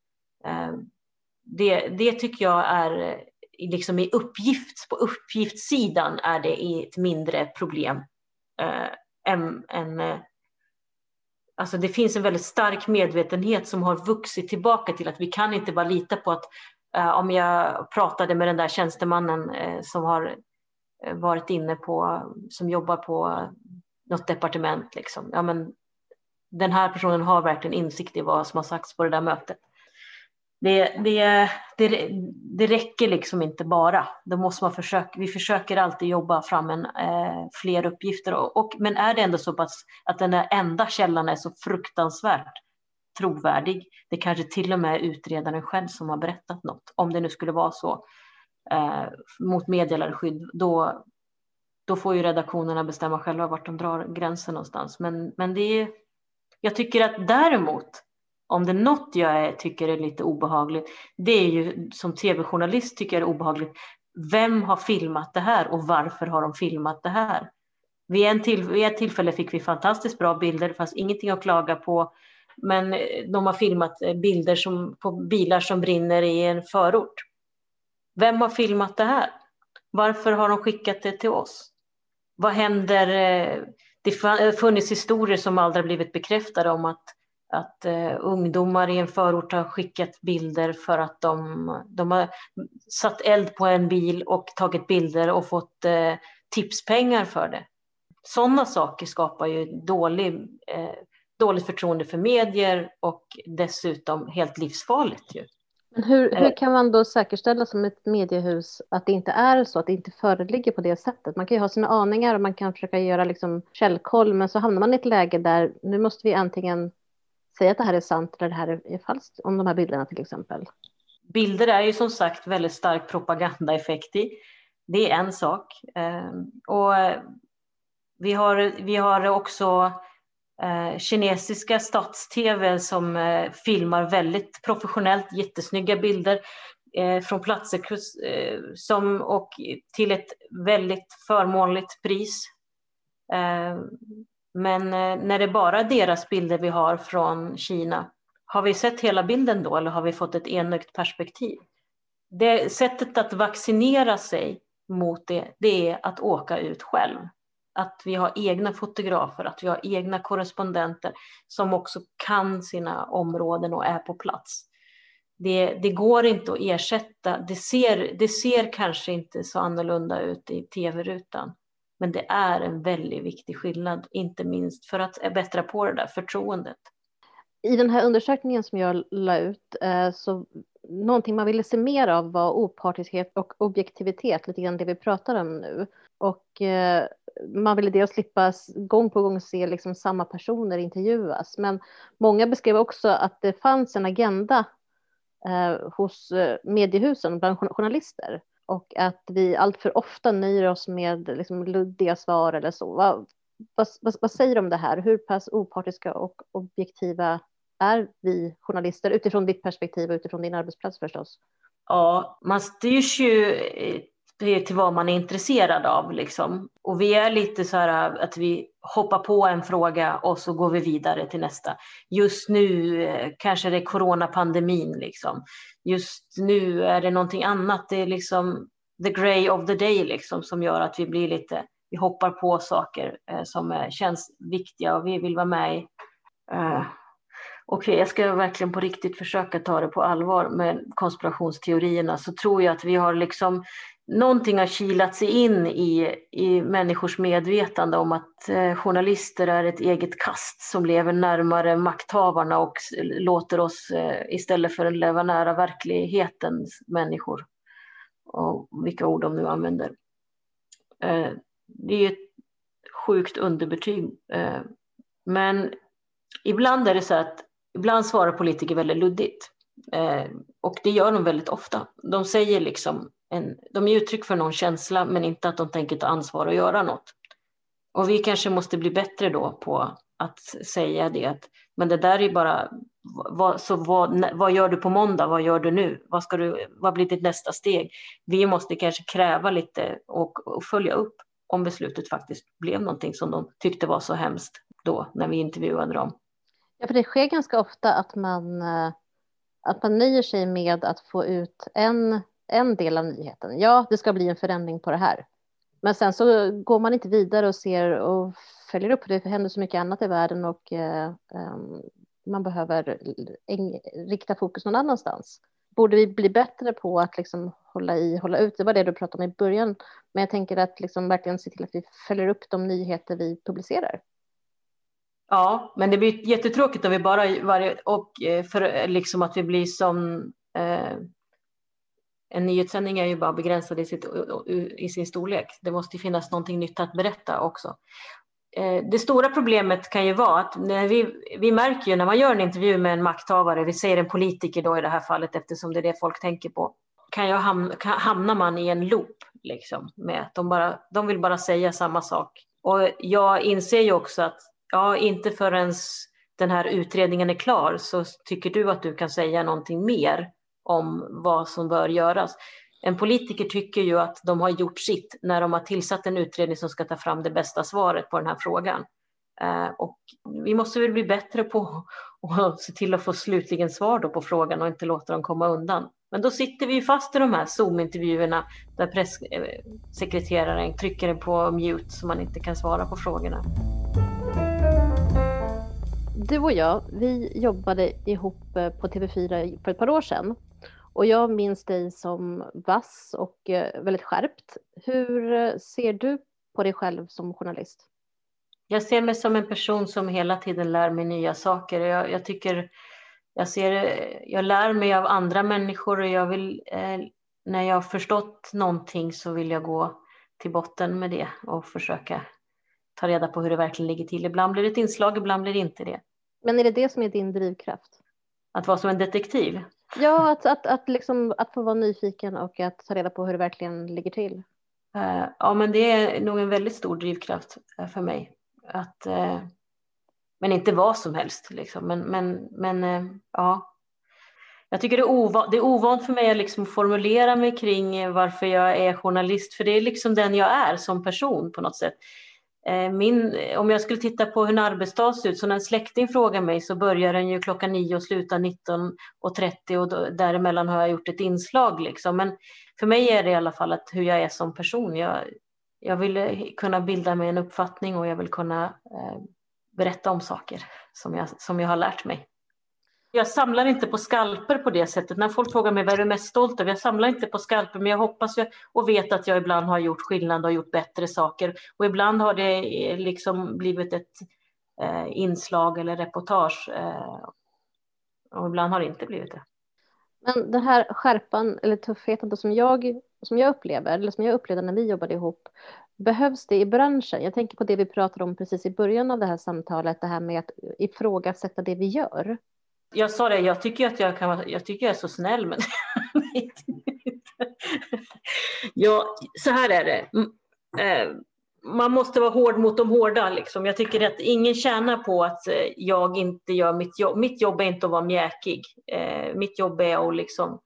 Det tycker jag är liksom på uppgiftssidan är det ett mindre problem alltså det finns en väldigt stark medvetenhet som har vuxit tillbaka till att vi kan inte bara lita på att om jag pratade med den där tjänstemannen som har varit inne på, som jobbar på något departement liksom. Ja, men den här personen har verkligen insikt i vad som har sagts på det där mötet. Det räcker liksom inte bara. Då måste vi försöker alltid jobba fram fler uppgifter. Men är det ändå så pass att den enda källan är så fruktansvärt trovärdig, det kanske till och med är utredaren själv som har berättat något, om det nu skulle vara så, mot meddelarskydd, då får ju redaktionerna bestämma själva vart de drar gränsen någonstans. Men jag tycker att däremot, om det är något jag tycker är lite obehagligt, det är ju som tv-journalist tycker jag är obehagligt. Vem har filmat det här och varför har de filmat det här? Vid ett tillfälle fick vi fantastiskt bra bilder, det fanns ingenting att klaga på. Men de har filmat bilder på bilar som brinner i en förort. Vem har filmat det här? Varför har de skickat det till oss? Vad händer? Det har funnits historier som aldrig blivit bekräftade om att ungdomar i en förort har skickat bilder för att de har satt eld på en bil och tagit bilder och fått tipspengar för det. Sådana saker skapar ju dåligt förtroende för medier och dessutom helt livsfarligt ju. Men hur kan man då säkerställa som ett mediehus att det inte är så, att det inte föreligger på det sättet? Man kan ju ha sina aningar och man kan försöka göra liksom källkoll, men så hamnar man i ett läge där nu måste vi antingen säga att det här är sant eller det här är falskt, om de här bilderna till exempel. bilder är ju som sagt väldigt stark propagandaeffekt i. Det är en sak. Och vi har också kinesiska stats-tv som filmar väldigt professionellt, jättesnygga bilder från platser och till ett väldigt förmånligt pris. Men när det bara är deras bilder vi har från Kina, har vi sett hela bilden då eller har vi fått ett enögt perspektiv? Det sättet att vaccinera sig mot det är att åka ut själv. Att vi har egna fotografer, att vi har egna korrespondenter som också kan sina områden och är på plats. Det går inte att ersätta. Det ser kanske inte så annorlunda ut i tv-rutan. Men det är en väldigt viktig skillnad, inte minst för att bättra på det där förtroendet. I den här undersökningen som jag la ut, så någonting man ville se mer av var opartiskhet och objektivitet, lite grann det vi pratar om nu. Och man ville dels slippa gång på gång se liksom samma personer intervjuas. Men många beskrev också att det fanns en agenda hos mediehusen bland journalister. Och att vi allt för ofta nöjer oss med liksom luddiga svar eller så. Vad säger du om det här? Hur pass opartiska och objektiva är vi journalister utifrån ditt perspektiv och utifrån din arbetsplats förstås? Ja, man styrs ju till vad man är intresserad av liksom. Och vi är lite så här att vi hoppar på en fråga och så går vi vidare till nästa. Just nu kanske det är coronapandemin liksom. Just nu är det någonting annat. Det är liksom the grey of the day liksom som gör att vi hoppar på saker som känns viktiga och vi vill vara med i. Okej, jag ska verkligen på riktigt försöka ta det på allvar med konspirationsteorierna, så tror jag att vi har liksom någonting har kilat sig in i människors medvetande om att journalister är ett eget kast som lever närmare makthavarna och låter oss istället för att leva nära verklighetens människor. Och vilka ord de nu använder. Det är ett sjukt underbetyg. Men ibland är det så att ibland svarar politiker väldigt luddigt. Och det gör de väldigt ofta. De säger liksom de ger uttryck för någon känsla men inte att de tänker ta ansvar och göra något. Och vi kanske måste bli bättre då på att säga det. Men det där är bara, vad gör du på måndag? Vad gör du nu? Vad blir ditt nästa steg? Vi måste kanske kräva lite och följa upp om beslutet faktiskt blev någonting som de tyckte var så hemskt då när vi intervjuade dem. Ja, för det sker ganska ofta att man nöjer sig med att få ut en del av nyheten. Ja, det ska bli en förändring på det här. Men sen så går man inte vidare och ser och följer upp. Det händer så mycket annat i världen och man behöver rikta fokus någon annanstans. Borde vi bli bättre på att liksom hålla ut? Det var det du pratade om i början. Men jag tänker att liksom verkligen se till att vi följer upp de nyheter vi publicerar. Ja, men det blir jättetråkigt om vi bara för liksom att vi blir som en nyhetssändning är ju bara begränsad i sin storlek. Det måste finnas någonting nytt att berätta också. Det stora problemet kan ju vara att vi märker ju när man gör en intervju med en makthavare, vi säger en politiker då i det här fallet eftersom det är det folk tänker på, hamnar man i en loop liksom, med att de vill bara säga samma sak. Och jag inser ju också att inte förrän den här utredningen är klar så tycker du att du kan säga någonting mer om vad som bör göras. En politiker tycker ju att de har gjort sitt när de har tillsatt en utredning som ska ta fram det bästa svaret på den här frågan. Och vi måste väl bli bättre på att se till att få slutligen svar då på frågan och inte låta dem komma undan. Men då sitter vi fast i de här Zoom-intervjuerna där pressekreteraren trycker på mute så man inte kan svara på frågorna. Du och jag, vi jobbade ihop på TV4 för ett par år sedan. Och jag minns dig som vass och väldigt skärpt. Hur ser du på dig själv som journalist? Jag ser mig som en person som hela tiden lär mig nya saker. Jag lär mig av andra människor och jag vill, när jag har förstått någonting så vill jag gå till botten med det och försöka ta reda på hur det verkligen ligger till. Ibland blir det ett inslag, ibland blir det inte det. Men är det som är din drivkraft? Att vara som en detektiv? Ja, att få vara nyfiken och att ta reda på hur det verkligen ligger till. Ja, men det är nog en väldigt stor drivkraft för mig. Men inte vad som helst. Liksom. Men ja. Jag tycker det är ovant för mig att liksom formulera mig kring varför jag är journalist. För det är liksom den jag är som person på något sätt. Om jag skulle titta på hur en arbetsdag ser ut, så när en släkting frågar mig så börjar den ju 9:00 och slutar 19:30 och däremellan har jag gjort ett inslag. Liksom. Men för mig är det i alla fall hur jag är som person. Jag vill kunna bilda mig en uppfattning och jag vill kunna berätta om saker som jag har lärt mig. Jag samlar inte på skalper på det sättet. När folk frågar mig vad är du mest stolt över, jag samlar inte på skalper, men jag hoppas och vet att jag ibland har gjort skillnad och gjort bättre saker. Och ibland har det liksom blivit ett inslag eller reportage. Och ibland har det inte blivit det. Men den här skärpan eller tuffheten som jag upplever, eller som jag upplevde när vi jobbade ihop, behövs det i branschen? Jag tänker på det vi pratade om precis i början av det här samtalet, det här med att ifrågasätta det vi gör. Jag sa det, jag tycker jag är så snäll, men ja, så här är det. Man måste vara hård mot de hårda. Liksom. Jag tycker att ingen tjänar på att jag inte gör mitt jobb. Mitt jobb är inte att vara mjäkig. Mitt jobb är att liksom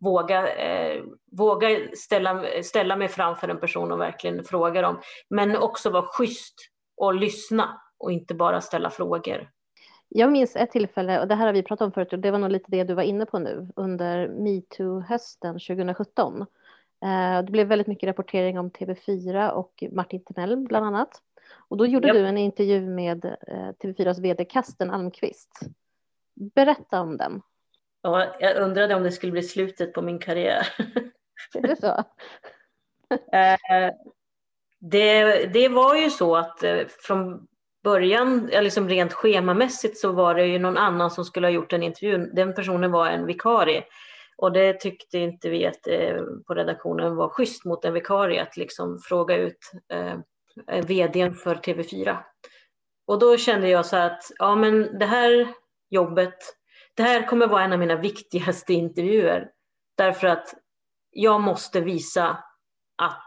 våga ställa mig framför en person och verkligen fråga dem. Men också vara schysst och lyssna och inte bara ställa frågor. Jag minns ett tillfälle, och det här har vi pratat om förut, och det var nog lite det du var inne på nu, under MeToo-hösten 2017. Det blev väldigt mycket rapportering om TV4 och Martin Timell bland annat. Och då gjorde du en intervju med TV4s vd Karsten Almqvist. Berätta om den. Ja, jag undrade om det skulle bli slutet på min karriär. Är det så? Det var ju så att från början, liksom rent schemamässigt, så var det ju någon annan som skulle ha gjort en intervju. Den personen var en vikarie. Och det tyckte inte vi att på redaktionen var schysst mot en vikarie att liksom fråga ut vdn för TV4. Och då kände jag så att ja, men det här jobbet, det här kommer vara en av mina viktigaste intervjuer. Därför att jag måste visa att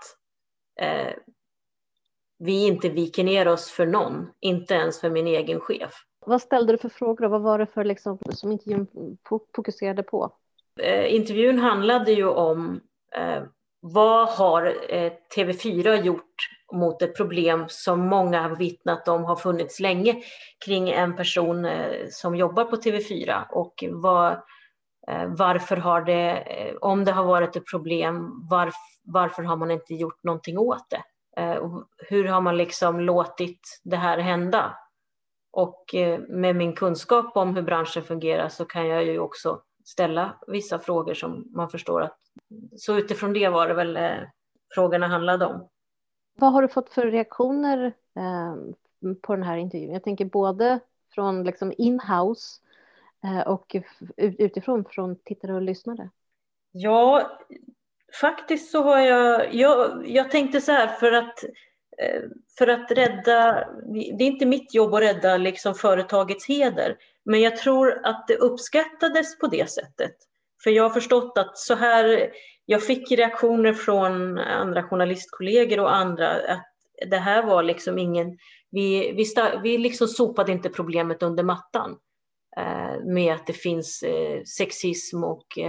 vi inte viker ner oss för någon, inte ens för min egen chef. Vad ställde du för frågor och vad var det för liksom, som intervjun fokuserade på? Intervjun handlade ju om vad har TV4 gjort mot ett problem som många har vittnat om har funnits länge kring en person som jobbar på TV4 och varför har det, om det har varit ett problem, varför har man inte gjort någonting åt det? Hur har man liksom låtit det här hända? Och med min kunskap om hur branschen fungerar så kan jag ju också ställa vissa frågor som man förstår att... Så utifrån det var det väl frågorna handlade om. Vad har du fått för reaktioner på den här intervjun? Jag tänker både från liksom in-house och utifrån från tittare och lyssnare. Ja, faktiskt så har jag tänkte så här, för att rädda, det är inte mitt jobb att rädda liksom företagets heder, men jag tror att det uppskattades på det sättet. För jag har förstått att så här, jag fick reaktioner från andra journalistkollegor och andra att det här var liksom ingen, vi liksom sopade inte problemet under mattan med att det finns sexism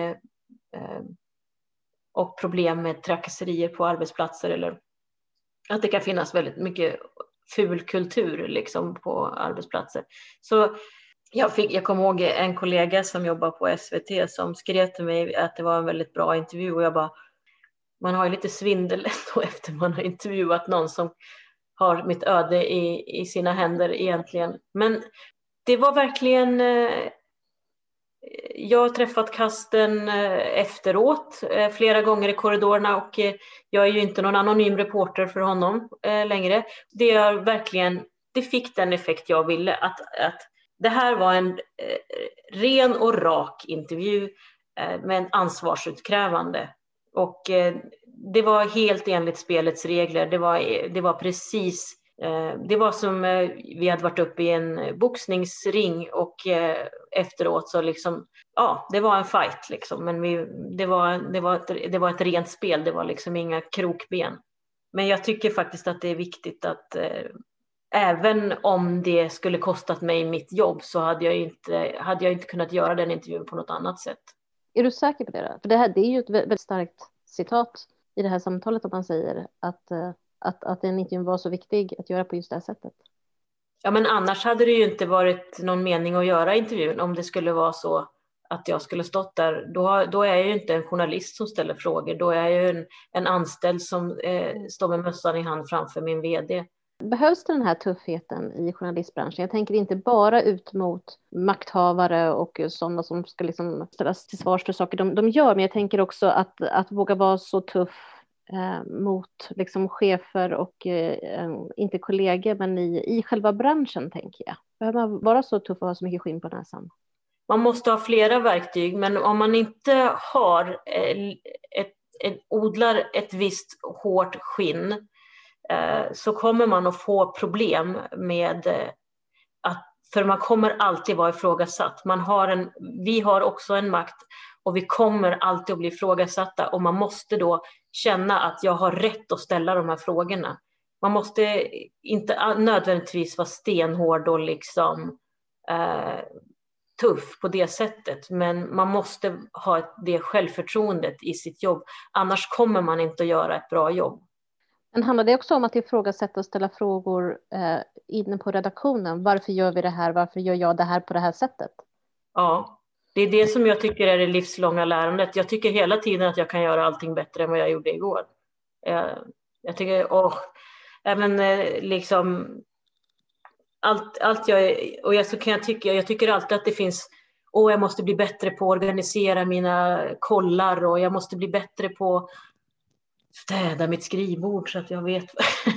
och problem med trakasserier på arbetsplatser, eller att det kan finnas väldigt mycket ful kultur liksom på arbetsplatser. Så jag kommer ihåg en kollega som jobbar på SVT som skrev till mig att det var en väldigt bra intervju, och jag bara, man har ju lite svindel då efter man har intervjuat någon som har mitt öde i sina händer egentligen. Men det var verkligen... Jag har träffat Karsten efteråt flera gånger i korridorerna, och jag är ju inte någon anonym reporter för honom längre. Det fick den effekt jag ville, att det här var en ren och rak intervju med en ansvarsutkrävande. Och det var helt enligt spelets regler. Det var precis Det var som vi hade varit uppe i en boxningsring och efteråt så liksom, ja, det var en fight liksom, men det var ett rent spel, det var liksom inga krokben. Men jag tycker faktiskt att det är viktigt att även om det skulle kostat mig mitt jobb så hade jag inte kunnat göra den intervjun på något annat sätt. Är du säker på det då? För det är ju ett väldigt starkt citat i det här samtalet om man säger att den intervjun var så viktig att göra på just det här sättet. Ja, men annars hade det ju inte varit någon mening att göra intervjun om det skulle vara så att jag skulle stått där. Då är jag ju inte en journalist som ställer frågor. Då är jag ju en anställd som står med mössan i hand framför min vd. Behövs den här tuffheten i journalistbranschen? Jag tänker inte bara ut mot makthavare och sådana som ska liksom ställas till svars för saker de gör, men jag tänker också att våga vara så tuff mot liksom chefer och inte kollegor, men i själva branschen, tänker jag. Behöver man vara så tuff och ha så mycket skinn på näsan? Man måste ha flera verktyg, men om man inte har odlar ett visst hårt skinn så kommer man att få problem med för man kommer alltid vara ifrågasatt. Vi har också en makt och vi kommer alltid att bli ifrågasatta, och man måste då känna att jag har rätt att ställa de här frågorna. Man måste inte nödvändigtvis vara stenhård och liksom tuff på det sättet, men man måste ha det självförtroendet i sitt jobb. Annars kommer man inte att göra ett bra jobb. Men handlar det också om att ifrågasätta och ställa frågor inne på redaktionen? Varför gör vi det här? Varför gör jag det här på det här sättet? Ja, det är det som jag tycker är det livslånga lärandet. Jag tycker hela tiden att jag kan göra allting bättre än vad jag gjorde igår. Jag tycker, även liksom allt jag tycker alltid att det finns, jag måste bli bättre på att organisera mina kollar, och jag måste bli bättre på städa mitt skrivbord så att jag vet.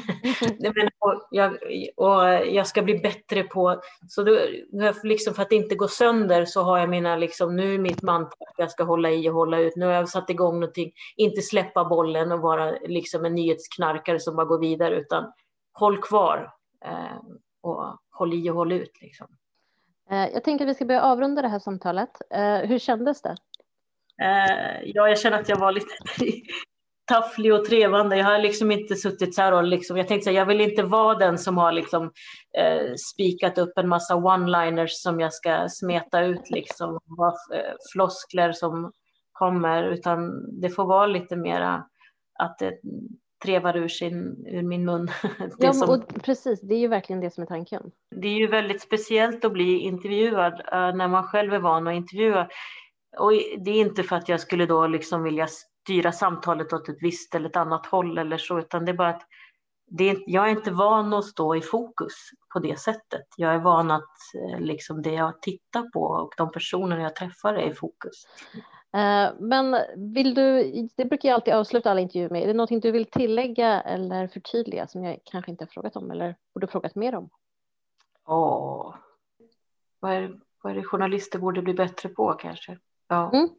Jag ska bli bättre på, så då, liksom för att inte gå sönder så har jag mina liksom, nu är mitt mantra, jag ska hålla i och hålla ut. Nu har jag satt igång någonting, inte släppa bollen och vara liksom en nyhetsknarkare som bara går vidare, utan håll kvar och håll i och håll ut liksom. Jag tänker att vi ska börja avrunda det här samtalet. Hur kändes det? Jag känner att jag var lite tafflig och trevande. Jag har liksom inte suttit så här och liksom, jag tänkte så här, jag vill inte vara den som har liksom spikat upp en massa one-liners som jag ska smeta ut liksom, floskler som kommer, utan det får vara lite mera att det trevar ur min mun. Precis, det är ju verkligen det som är tanken. Det är ju väldigt speciellt att bli intervjuad när man själv är van att intervjua. Och det är inte för att jag skulle då liksom vilja styra samtalet åt ett visst eller ett annat håll eller så, utan det är bara att jag är inte van att stå i fokus på det sättet. Jag är van att liksom det jag tittar på och de personer jag träffar är i fokus. Men det brukar jag alltid avsluta alla intervjuer med. Är det någonting du vill tillägga eller förtydliga som jag kanske inte har frågat om eller borde frågat mer om? Vad är det journalister borde bli bättre på kanske? Ja. Mm.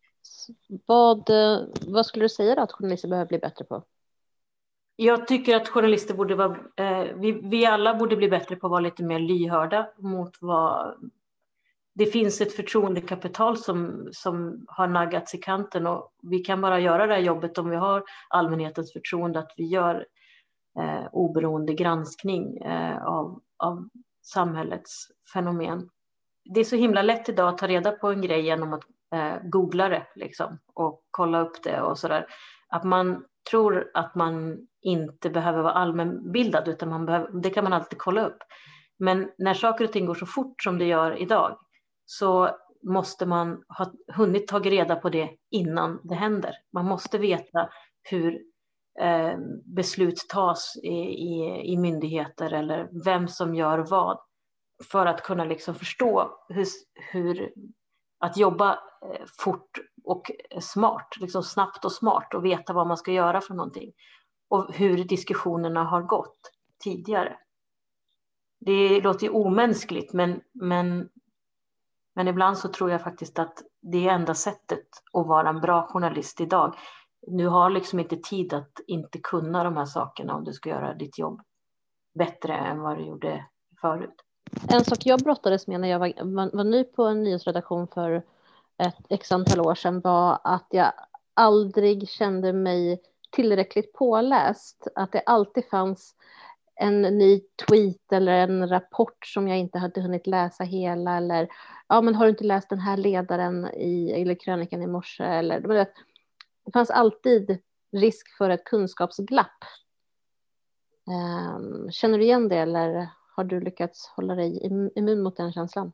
Vad skulle du säga då att journalister behöver bli bättre på? Jag tycker att journalister borde vara, vi alla borde bli bättre på att vara lite mer lyhörda mot vad det finns ett förtroendekapital som har naggats i kanten, och vi kan bara göra det här jobbet om vi har allmänhetens förtroende, att vi gör oberoende granskning av samhällets fenomen. Det är så himla lätt idag att ta reda på en grej genom att googla det liksom, och kolla upp det och sådär. Att man tror att man inte behöver vara allmänbildad, utan det kan man alltid kolla upp. Men när saker och ting går så fort som det gör idag så måste man ha hunnit ta reda på det innan det händer. Man måste veta hur beslut tas i myndigheter eller vem som gör vad, för att kunna liksom förstå hur att jobba fort och smart, liksom snabbt och smart, och veta vad man ska göra för någonting och hur diskussionerna har gått tidigare. Det låter ju omänskligt, men ibland så tror jag faktiskt att det är enda sättet att vara en bra journalist idag. Du har liksom inte tid att inte kunna de här sakerna om du ska göra ditt jobb bättre än vad det gjorde förut. En sak jag brottades med när jag var ny på en nyhetsredaktion för ett x antal år sedan var att jag aldrig kände mig tillräckligt påläst. Att det alltid fanns en ny tweet eller en rapport som jag inte hade hunnit läsa hela. Eller, ja men har du inte läst den här ledaren eller krönikan i morse? Eller, det fanns alltid risk för ett kunskapsglapp. Känner du igen det eller har du lyckats hålla dig immun mot den känslan?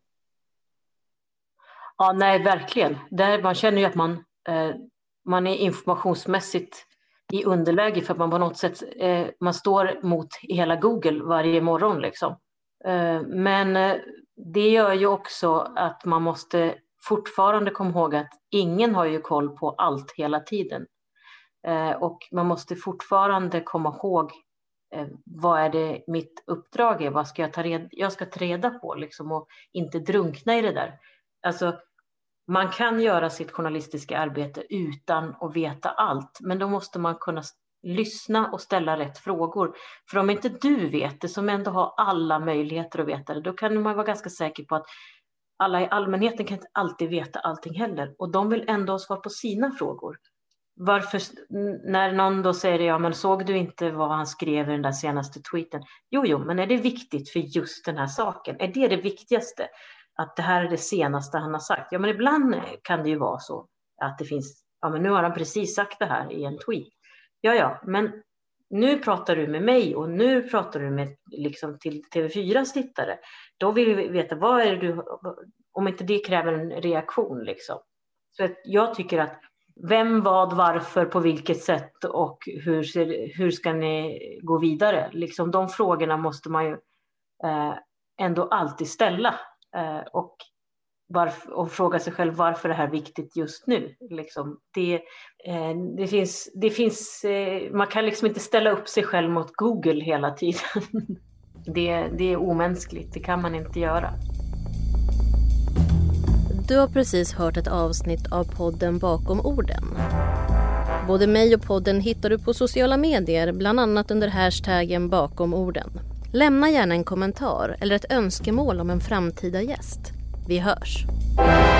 Ja, nej, verkligen. Man känner ju att man är informationsmässigt i underläge för att man på något sätt man står mot hela Google varje morgon liksom. Men det gör ju också att man måste fortfarande komma ihåg att ingen har ju koll på allt hela tiden. Och man måste fortfarande komma ihåg vad är det mitt uppdrag är, vad ska jag ska ta reda på liksom, och inte drunkna i det där. Alltså, man kan göra sitt journalistiska arbete utan att veta allt, men då måste man kunna lyssna och ställa rätt frågor. För om inte du vet det, som ändå har alla möjligheter att veta det, då kan man vara ganska säker på att alla i allmänheten kan inte alltid veta allting heller. Och de vill ändå ha svar på sina frågor. Varför, när någon då säger ja men såg du inte vad han skrev i den där senaste tweeten? Jo, men är det viktigt för just den här saken? Är det viktigaste? Att det här är det senaste han har sagt? Ja men ibland kan det ju vara så att det finns, ja men nu har han precis sagt det här i en tweet. Ja, men nu pratar du med mig och nu pratar du med liksom till TV4s tittare. Då vill vi veta vad är det du, om inte det kräver en reaktion liksom. Så att jag tycker att vem, vad, varför, på vilket sätt och hur ska ni gå vidare? Liksom de frågorna måste man ju ändå alltid ställa och fråga sig själv varför det här är viktigt just nu. Liksom det finns man kan liksom inte ställa upp sig själv mot Google hela tiden. Det är omänskligt, det kan man inte göra. Du har precis hört ett avsnitt av podden Bakom orden. Både mig och podden hittar du på sociala medier, bland annat under hashtaggen Bakom orden. Lämna gärna en kommentar eller ett önskemål om en framtida gäst. Vi hörs!